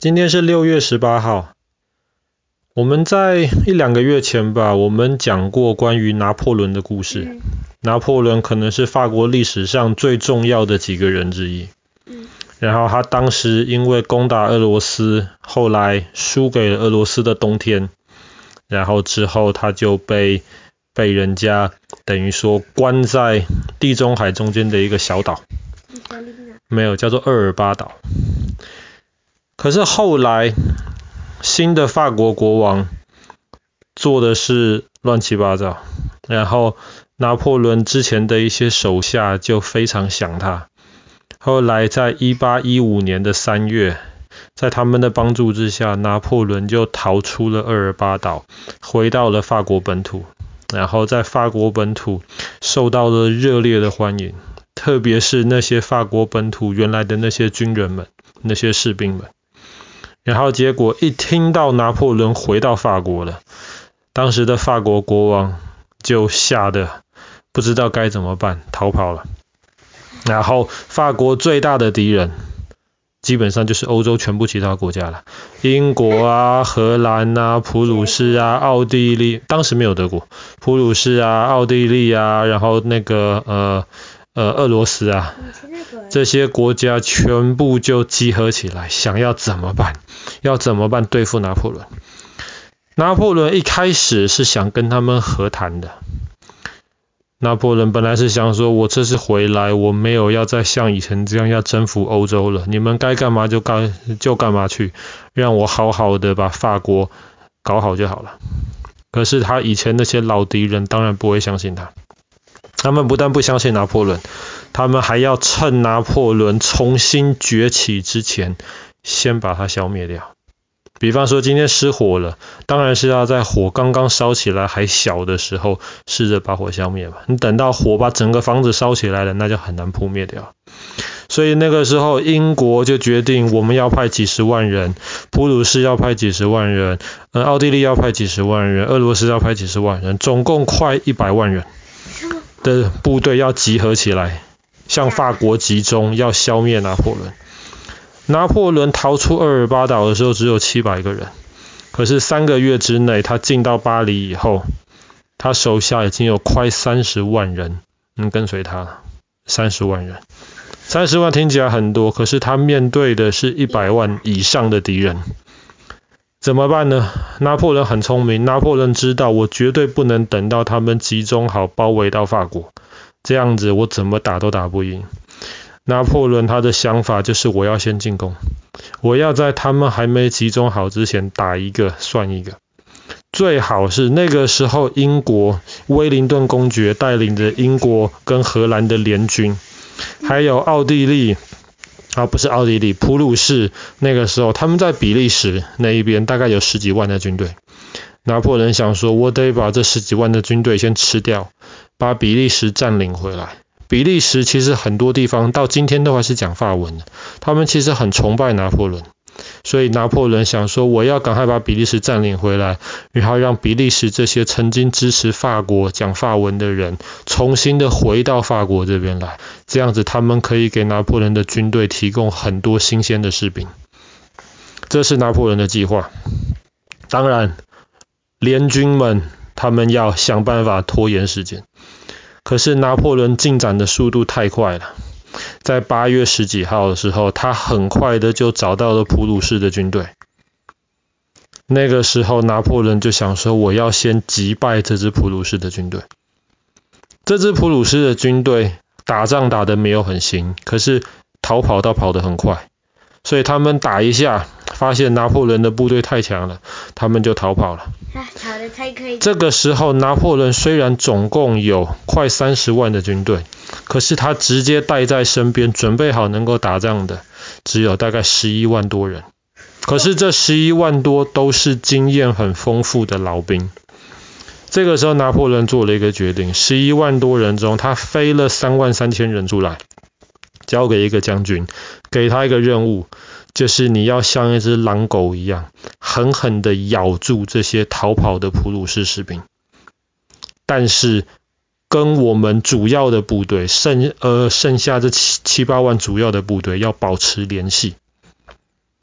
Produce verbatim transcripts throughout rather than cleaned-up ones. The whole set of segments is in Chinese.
今天是六月十八号。我们在一两个月前吧，我们讲过关于拿破仑的故事。 嗯、 拿破仑可能是法国历史上最重要的几个人之一。 嗯、 然后他当时因为攻打俄罗斯，后来输给了俄罗斯的冬天，然后之后他就被被人家等于说关在地中海中间的一个小岛，没有，叫做厄尔巴岛。可是后来新的法国国王做的是乱七八糟，然后拿破仑之前的一些手下就非常想他。后来在一八一五年的三月，在他们的帮助之下，拿破仑就逃出了厄尔巴岛，回到了法国本土，然后在法国本土受到了热烈的欢迎，特别是那些法国本土原来的那些军人们，那些士兵们。然后结果一听到拿破仑回到法国了，当时的法国国王就吓得不知道该怎么办，逃跑了。然后法国最大的敌人基本上就是欧洲全部其他国家了，英国啊、荷兰啊、普鲁士啊、奥地利，当时没有德国，普鲁士啊、奥地利啊，然后那个呃呃俄罗斯啊，这些国家全部就集合起来，想要怎么办？要怎么办对付拿破仑？拿破仑一开始是想跟他们和谈的。拿破仑本来是想说，我这次回来，我没有要再像以前这样要征服欧洲了，你们该干嘛就干就干嘛去，让我好好的把法国搞好就好了。可是他以前那些老敌人当然不会相信他，他们不但不相信拿破仑，他们还要趁拿破仑重新崛起之前，先把他消灭掉。比方说今天失火了，当然是要在火刚刚烧起来还小的时候试着把火消灭嘛。你等到火把整个房子烧起来了，那就很难扑灭掉。所以那个时候英国就决定，我们要派几十万人，普鲁士要派几十万人，呃，奥地利要派几十万人，俄罗斯要派几十万人，总共快一百万人的部队要集合起来，向法国集中，要消灭拿破仑。拿破仑逃出厄尔巴岛的时候只有七百个人，可是三个月之内他进到巴黎以后，他手下已经有快三十万人能跟随他，三十万人。三十万听起来很多，可是他面对的是一百万以上的敌人。怎么办呢？拿破仑很聪明，拿破仑知道我绝对不能等到他们集中好包围到法国，这样子我怎么打都打不赢。拿破仑他的想法就是我要先进攻，我要在他们还没集中好之前打一个算一个。最好是那个时候英国威灵顿公爵带领着英国跟荷兰的联军，还有奥地利啊不是奥地利普鲁士，那个时候他们在比利时那一边大概有十几万的军队。拿破仑想说，我得把这十几万的军队先吃掉，把比利时占领回来。比利时其实很多地方到今天都还是讲法文的，他们其实很崇拜拿破仑，所以拿破仑想说，我要赶快把比利时占领回来，然后让比利时这些曾经支持法国讲法文的人重新的回到法国这边来，这样子他们可以给拿破仑的军队提供很多新鲜的士兵。这是拿破仑的计划。当然联军们他们要想办法拖延时间，可是拿破仑进展的速度太快了，在八月十几号的时候，他很快的就找到了普鲁士的军队。那个时候拿破仑就想说，我要先击败这支普鲁士的军队。这支普鲁士的军队打仗打得没有很行，可是逃跑倒跑得很快，所以他们打一下发现拿破仑的部队太强了，他们就逃跑了。这个时候拿破仑虽然总共有快三十万的军队，可是他直接带在身边准备好能够打仗的只有大概十一万多人。可是这十一万多都是经验很丰富的老兵。这个时候拿破仑做了一个决定，十一万多人中他飞了三万三千人出来，交给一个将军，给他一个任务，就是你要像一只狼狗一样狠狠地咬住这些逃跑的普鲁士士兵，但是跟我们主要的部队剩呃剩下这七七八万主要的部队要保持联系。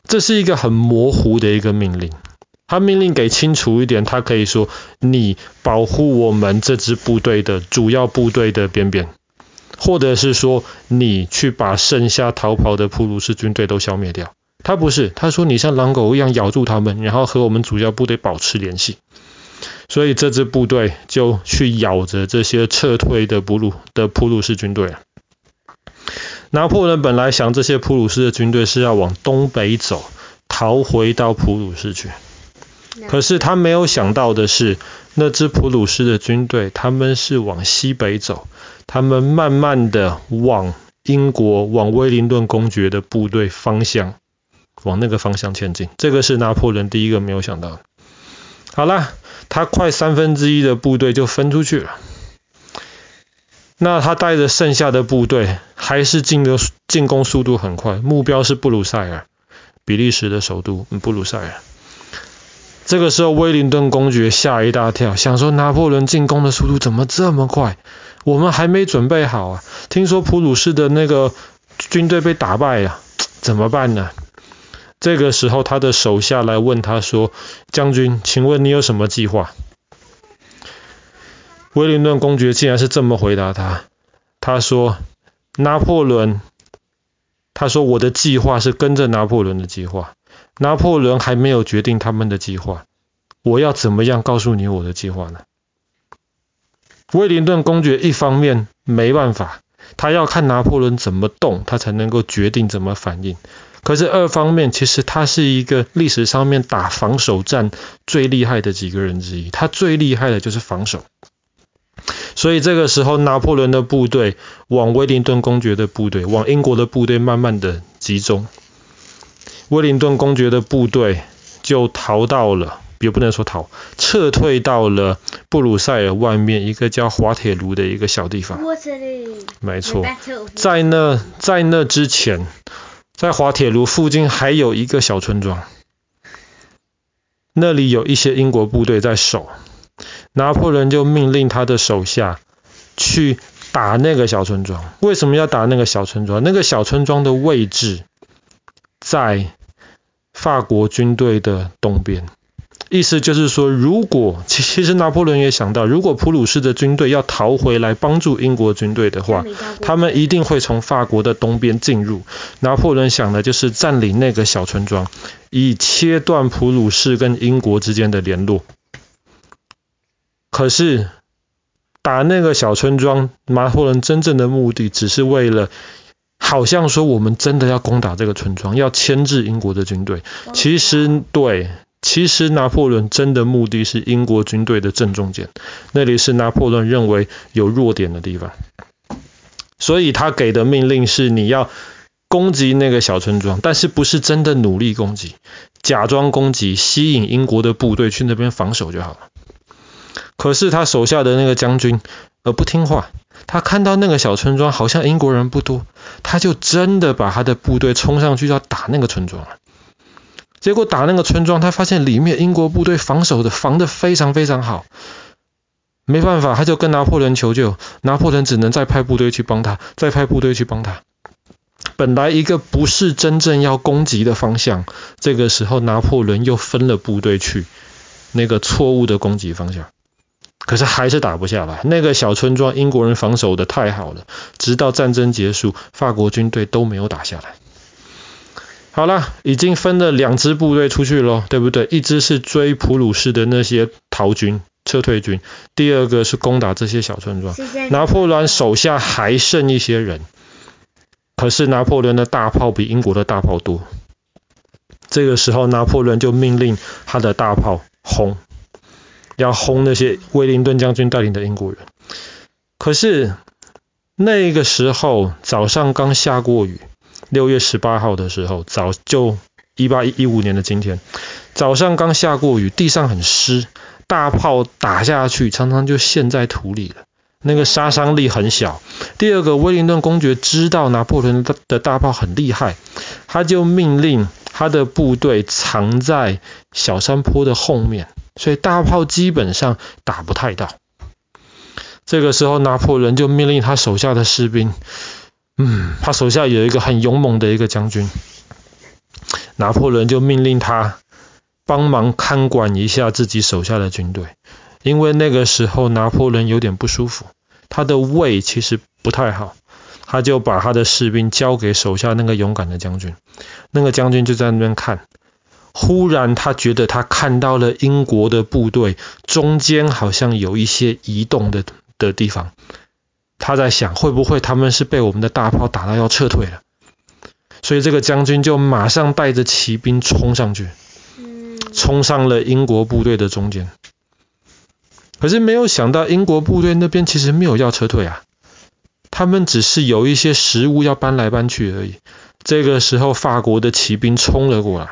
这是一个很模糊的一个命令。他命令给清楚一点，他可以说你保护我们这支部队的主要部队的边边，或者是说你去把剩下逃跑的普鲁士军队都消灭掉。他不是，他说你像狼狗一样咬住他们，然后和我们主要部队保持联系。所以这支部队就去咬着这些撤退的普鲁的普鲁士军队。拿破仑本来想这些普鲁士的军队是要往东北走，逃回到普鲁士去。可是他没有想到的是，那支普鲁士的军队他们是往西北走，他们慢慢的往英国往威灵顿公爵的部队方向往那个方向前进。这个是拿破仑第一个没有想到的。好啦，他快三分之一的部队就分出去了。那他带着剩下的部队还是进的进攻速度很快，目标是布鲁塞尔，比利时的首都布鲁塞尔。这个时候威灵顿公爵吓一大跳，想说拿破仑进攻的速度怎么这么快，我们还没准备好啊，听说普鲁士的那个军队被打败了，怎么办呢？这个时候他的手下来问他说，将军，请问你有什么计划？威灵顿公爵竟然是这么回答他，他说拿破仑，他说我的计划是跟着拿破仑的计划，拿破仑还没有决定他们的计划，我要怎么样告诉你我的计划呢？威灵顿公爵一方面没办法，他要看拿破仑怎么动，他才能够决定怎么反应。可是二方面，其实他是一个历史上面打防守战最厉害的几个人之一，他最厉害的就是防守。所以这个时候拿破仑的部队往威灵顿公爵的部队，往英国的部队慢慢的集中。威灵顿公爵的部队就逃到了，也不能说逃，撤退到了布鲁塞尔外面一个叫滑铁卢的一个小地方。没错，在那在那之前，在滑铁卢附近还有一个小村庄，那里有一些英国部队在守。拿破仑就命令他的手下去打那个小村庄。为什么要打那个小村庄？那个小村庄的位置在法国军队的东边。意思就是说，如果其实拿破仑也想到，如果普鲁士的军队要逃回来帮助英国军队的话，他们一定会从法国的东边进入。拿破仑想的就是占领那个小村庄，以切断普鲁士跟英国之间的联络。可是打那个小村庄，拿破仑真正的目的只是为了好像说我们真的要攻打这个村庄，要牵制英国的军队。其实对其实拿破仑真的目的是英国军队的正中间，那里是拿破仑认为有弱点的地方。所以他给的命令是你要攻击那个小村庄，但是不是真的努力攻击，假装攻击，吸引英国的部队去那边防守就好了。可是他手下的那个将军呃不听话，他看到那个小村庄好像英国人不多，他就真的把他的部队冲上去要打那个村庄了。结果打那个村庄，他发现里面英国部队防守的防得非常非常好，没办法，他就跟拿破仑求救，拿破仑只能再派部队去帮他，再派部队去帮他。本来一个不是真正要攻击的方向，这个时候拿破仑又分了部队去那个错误的攻击方向。可是还是打不下来，那个小村庄英国人防守的太好了，直到战争结束，法国军队都没有打下来。好了，已经分了两支部队出去咯，对不对？一支是追普鲁士的那些逃军、撤退军，第二个是攻打这些小村庄。拿破仑手下还剩一些人，可是拿破仑的大炮比英国的大炮多。这个时候拿破仑就命令他的大炮轰，要轰那些威灵顿将军带领的英国人。可是那个时候早上刚下过雨，六月十八号的时候，早就一八一五年的今天，早上刚下过雨，地上很湿，大炮打下去常常就陷在土里了，那个杀伤力很小。第二个，威灵顿公爵知道拿破仑的大炮很厉害，他就命令他的部队藏在小山坡的后面，所以大炮基本上打不太到。这个时候拿破仑就命令他手下的士兵，嗯，他手下有一个很勇猛的一个将军， 拿破仑就命令他帮忙看管一下自己手下的军队，因为那个时候拿破仑有点不舒服，他的胃其实不太好，他就把他的士兵交给手下那个勇敢的将军，那个将军就在那边看，忽然他觉得他看到了英国的部队中间好像有一些移动的的地方，他在想会不会他们是被我们的大炮打到要撤退了，所以这个将军就马上带着骑兵冲上去，冲上了英国部队的中间。可是没有想到英国部队那边其实没有要撤退啊，他们只是有一些食物要搬来搬去而已。这个时候法国的骑兵冲了过来，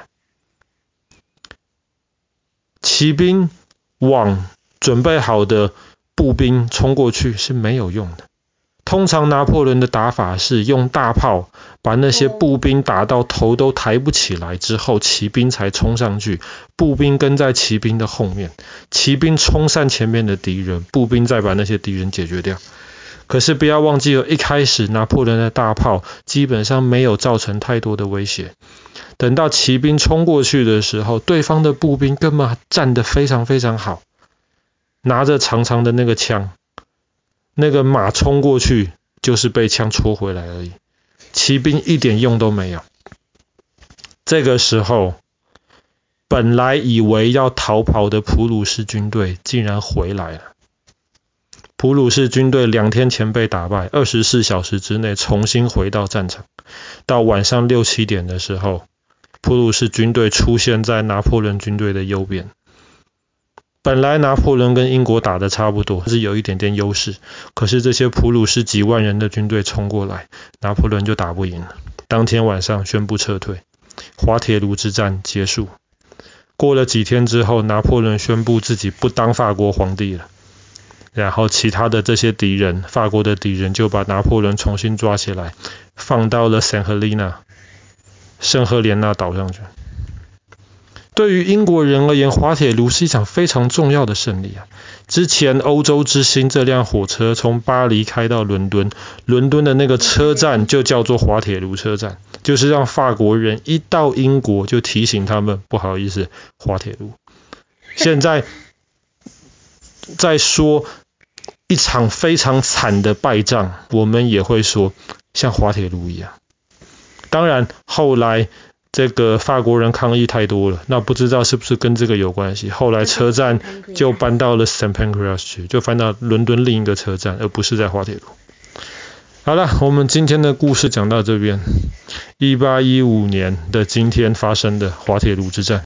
骑兵往准备好的步兵冲过去是没有用的。通常拿破仑的打法是用大炮把那些步兵打到头都抬不起来之后，骑兵才冲上去，步兵跟在骑兵的后面，骑兵冲散前面的敌人，步兵再把那些敌人解决掉。可是不要忘记了，一开始拿破仑的大炮基本上没有造成太多的威胁，等到骑兵冲过去的时候，对方的步兵根本站得非常非常好，拿着长长的那个枪，那个马冲过去就是被枪戳回来而已，骑兵一点用都没有。这个时候本来以为要逃跑的普鲁士军队竟然回来了。普鲁士军队两天前被打败，二十四小时之内重新回到战场。到晚上六七点的时候，普鲁士军队出现在拿破仑军队的右边。本来拿破仑跟英国打得差不多，是有一点点优势，可是这些普鲁士几万人的军队冲过来，拿破仑就打不赢了。当天晚上宣布撤退，滑铁卢之战结束。过了几天之后，拿破仑宣布自己不当法国皇帝了。然后其他的这些敌人，法国的敌人就把拿破仑重新抓起来，放到了圣赫利纳，圣赫莲娜岛上去。对于英国人而言，滑铁卢是一场非常重要的胜利啊！之前欧洲之星这辆火车从巴黎开到伦敦，伦敦的那个车站就叫做滑铁卢车站，就是让法国人一到英国就提醒他们，不好意思，滑铁卢。现在在说一场非常惨的败仗，我们也会说像滑铁卢一样。当然后来这个法国人抗议太多了，那不知道是不是跟这个有关系，后来车站就搬到了 Saint Pancras 去，就搬到伦敦另一个车站，而不是在滑铁卢。好了，我们今天的故事讲到这边。一八一五年的今天发生的滑铁卢之战。